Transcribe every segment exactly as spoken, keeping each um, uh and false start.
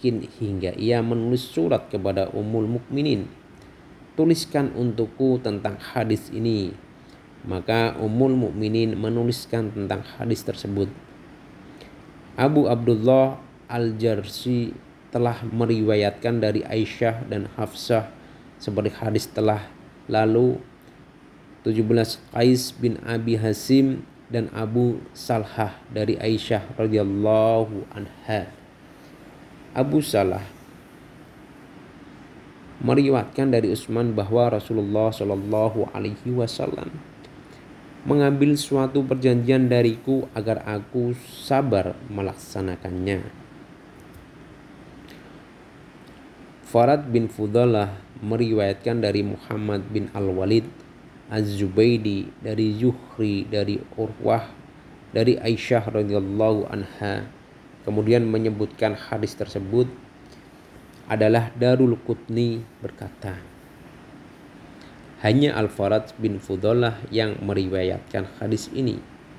yakin hingga ia menulis surat kepada Ummul Mukminin, "Tuliskan untukku tentang hadis ini." Maka Ummul Mukminin menuliskan tentang hadis tersebut. Abu Abdullah Al-Jarsi telah meriwayatkan dari Aisyah dan Hafsah seperti hadis telah lalu. tujuh belas Qais bin Abi Hasim dan Abu Salhah dari Aisyah radhiyallahu anha. Abu Salah meriwayatkan dari Utsman bahwa Rasulullah Shallallahu alaihi wasallam mengambil suatu perjanjian dariku agar aku sabar melaksanakannya. Farad bin Fudalah meriwayatkan dari Muhammad bin Al-Walid Az-Zubaydi dari Zuhri dari Urwah dari Aisyah radhiyallahu anha, kemudian menyebutkan hadis tersebut adalah Darul Qutni berkata, hanya Al-Farad bin Fudalah yang meriwayatkan hadis ini.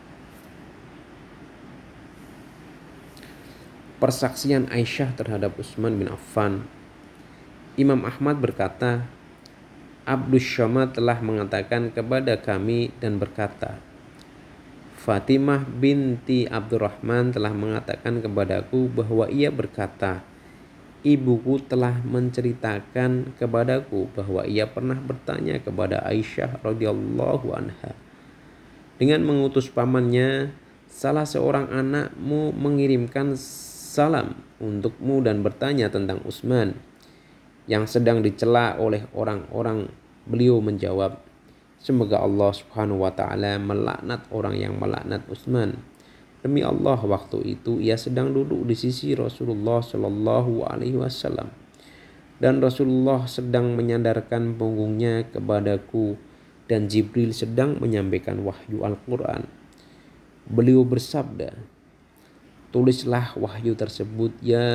Persaksian Aisyah terhadap Utsman bin Affan. Imam Ahmad berkata, Abdus Syamad telah mengatakan kepada kami dan berkata, Fatimah binti Abdurrahman telah mengatakan kepadaku bahwa ia berkata, ibuku telah menceritakan kepadaku bahwa ia pernah bertanya kepada Aisyah radhiyallahu anha dengan mengutus pamannya, salah seorang anakmu mengirimkan salam untukmu dan bertanya tentang Utsman yang sedang dicela oleh orang-orang. Beliau menjawab, semoga Allah subhanahu wa ta'ala melaknat orang yang melaknat Utsman. Demi Allah, waktu itu ia sedang duduk di sisi Rasulullah Shallallahu alaihi wasallam dan Rasulullah sedang menyandarkan punggungnya kepadaku dan Jibril sedang menyampaikan wahyu Al-Quran. Beliau bersabda, tulislah wahyu tersebut ya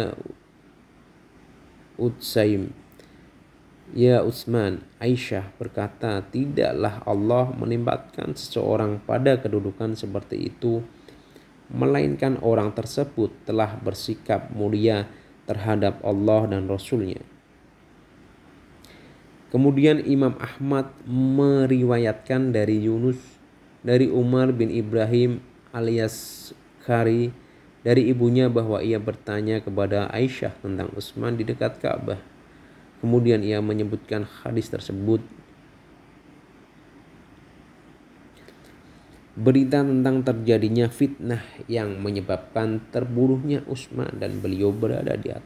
Utsaim, ya Utsman. Aisyah berkata, tidaklah Allah menempatkan seseorang pada kedudukan seperti itu, melainkan orang tersebut telah bersikap mulia terhadap Allah dan Rasulnya. Kemudian Imam Ahmad meriwayatkan dari Yunus dari Umar bin Ibrahim alias Kari dari ibunya bahwa ia bertanya kepada Aisyah tentang Utsman di dekat Ka'bah. Kemudian ia menyebutkan hadis tersebut. Berita tentang terjadinya fitnah yang menyebabkan terbunuhnya Utsman dan beliau berada di atas